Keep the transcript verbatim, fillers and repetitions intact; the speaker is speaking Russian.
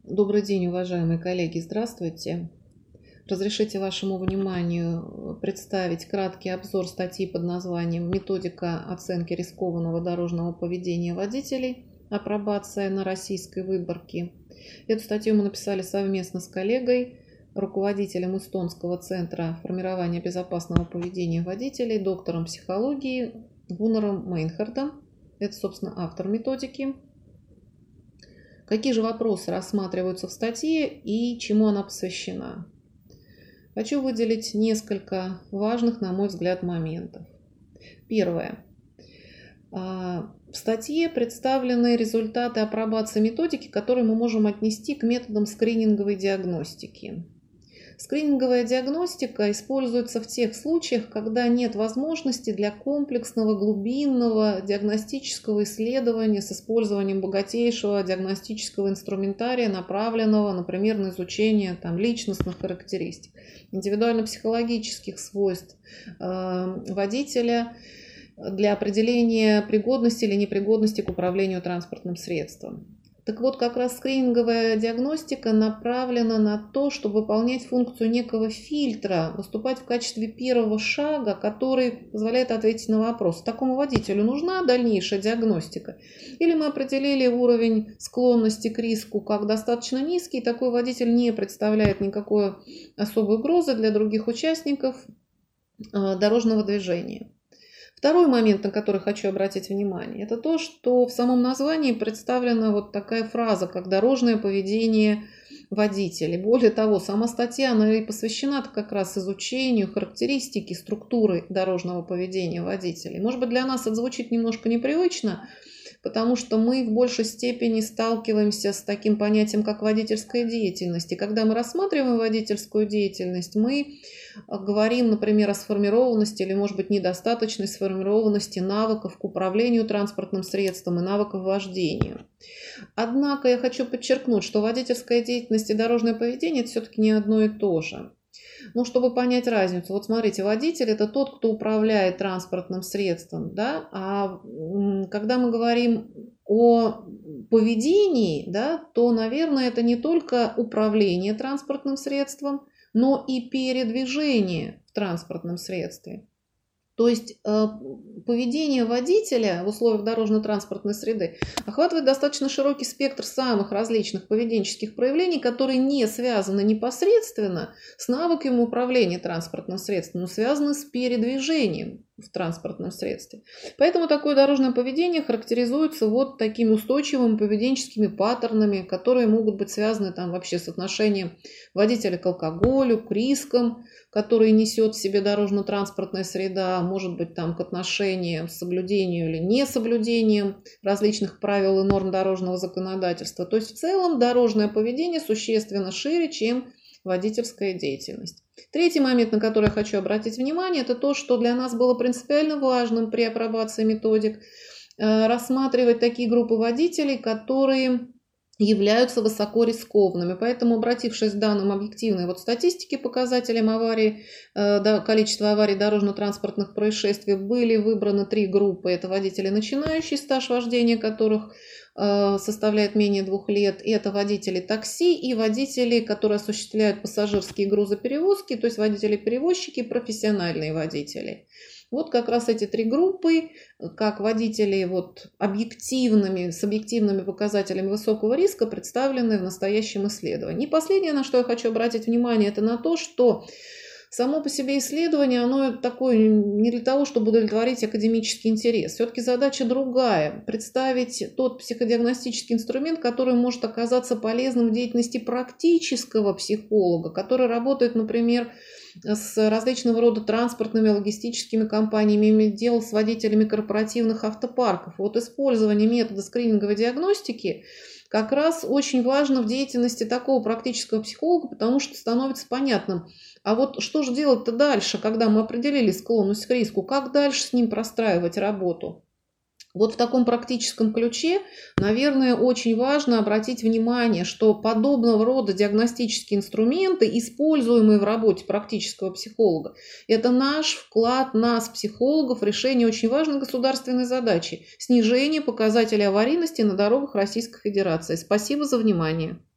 Добрый день, уважаемые коллеги, здравствуйте. Разрешите вашему вниманию представить краткий обзор статьи под названием «Методика оценки рискованного дорожного поведения водителей. Апробация на российской выборке». Эту статью мы написали совместно с коллегой, руководителем Эстонского центра формирования безопасного поведения водителей, доктором психологии Гуннаром Мейнхардом. Это, собственно, автор методики. Какие же вопросы рассматриваются в статье и чему она посвящена? Хочу выделить несколько важных, на мой взгляд, моментов. Первое. В статье представлены результаты апробации методики, которые мы можем отнести к методам скрининговой диагностики. Скрининговая диагностика используется в тех случаях, когда нет возможности для комплексного глубинного диагностического исследования с использованием богатейшего диагностического инструментария, направленного, например, на изучение там, личностных характеристик, индивидуально-психологических свойств э, водителя для определения пригодности или непригодности к управлению транспортным средством. Так вот, как раз скрининговая диагностика направлена на то, чтобы выполнять функцию некого фильтра, выступать в качестве первого шага, который позволяет ответить на вопрос: такому водителю нужна дальнейшая диагностика? Или мы определили уровень склонности к риску как достаточно низкий, и такой водитель не представляет никакой особой угрозы для других участников дорожного движения. Второй момент, на который хочу обратить внимание, это то, что в самом названии представлена вот такая фраза, как «дорожное поведение водителей». Более того, сама статья, она и посвящена как раз изучению характеристики, структуры дорожного поведения водителей. Может быть, для нас это звучит немножко непривычно, потому что мы в большей степени сталкиваемся с таким понятием, как водительская деятельность. И когда мы рассматриваем водительскую деятельность, мы говорим, например, о сформированности или, может быть, недостаточной сформированности навыков к управлению транспортным средством и навыков вождению. Однако я хочу подчеркнуть, что водительская деятельность и дорожное поведение – это все-таки не одно и то же. Ну, чтобы понять разницу, вот смотрите, водитель – это тот, кто управляет транспортным средством, да, а когда мы говорим о поведении, да, то, наверное, это не только управление транспортным средством, но и передвижение в транспортном средстве. То есть э, поведение водителя в условиях дорожно-транспортной среды охватывает достаточно широкий спектр самых различных поведенческих проявлений, которые не связаны непосредственно с навыками управления транспортным средством, но связаны с передвижением в транспортном средстве. Поэтому такое дорожное поведение характеризуется вот такими устойчивыми поведенческими паттернами, которые могут быть связаны там вообще с отношением водителя к алкоголю, к рискам, которые несет в себе дорожно-транспортная среда, может быть там к отношениям, соблюдению или несоблюдением различных правил и норм дорожного законодательства. То есть в целом дорожное поведение существенно шире, чем водительская деятельность. Третий момент, на который я хочу обратить внимание, это то, что для нас было принципиально важным при апробации методик, рассматривать такие группы водителей, которые являются высоко рискованными. Поэтому, обратившись к данным объективной вот статистики показателям аварий, количества аварий дорожно-транспортных происшествий, были выбраны три группы. Это водители начинающие, стаж вождения которых составляет менее двух лет. Это водители такси и водители, которые осуществляют пассажирские грузоперевозки, то есть водители-перевозчики, профессиональные водители. Вот как раз эти три группы, как водители вот объективными, с объективными показателями высокого риска, представлены в настоящем исследовании. И последнее, на что я хочу обратить внимание, это на то, что само по себе исследование, оно такое не для того, чтобы удовлетворить академический интерес. Все-таки задача другая – представить тот психодиагностический инструмент, который может оказаться полезным в деятельности практического психолога, который работает, например, с различного рода транспортными, логистическими компаниями, имеет дело с водителями корпоративных автопарков. Вот использование метода скрининговой диагностики как раз очень важно в деятельности такого практического психолога, потому что становится понятным, а вот что же делать-то дальше, когда мы определили склонность к риску, как дальше с ним простраивать работу? Вот в таком практическом ключе, наверное, очень важно обратить внимание, что подобного рода диагностические инструменты, используемые в работе практического психолога, это наш вклад, нас, психологов, в решение очень важной государственной задачи – снижение показателей аварийности на дорогах Российской Федерации. Спасибо за внимание.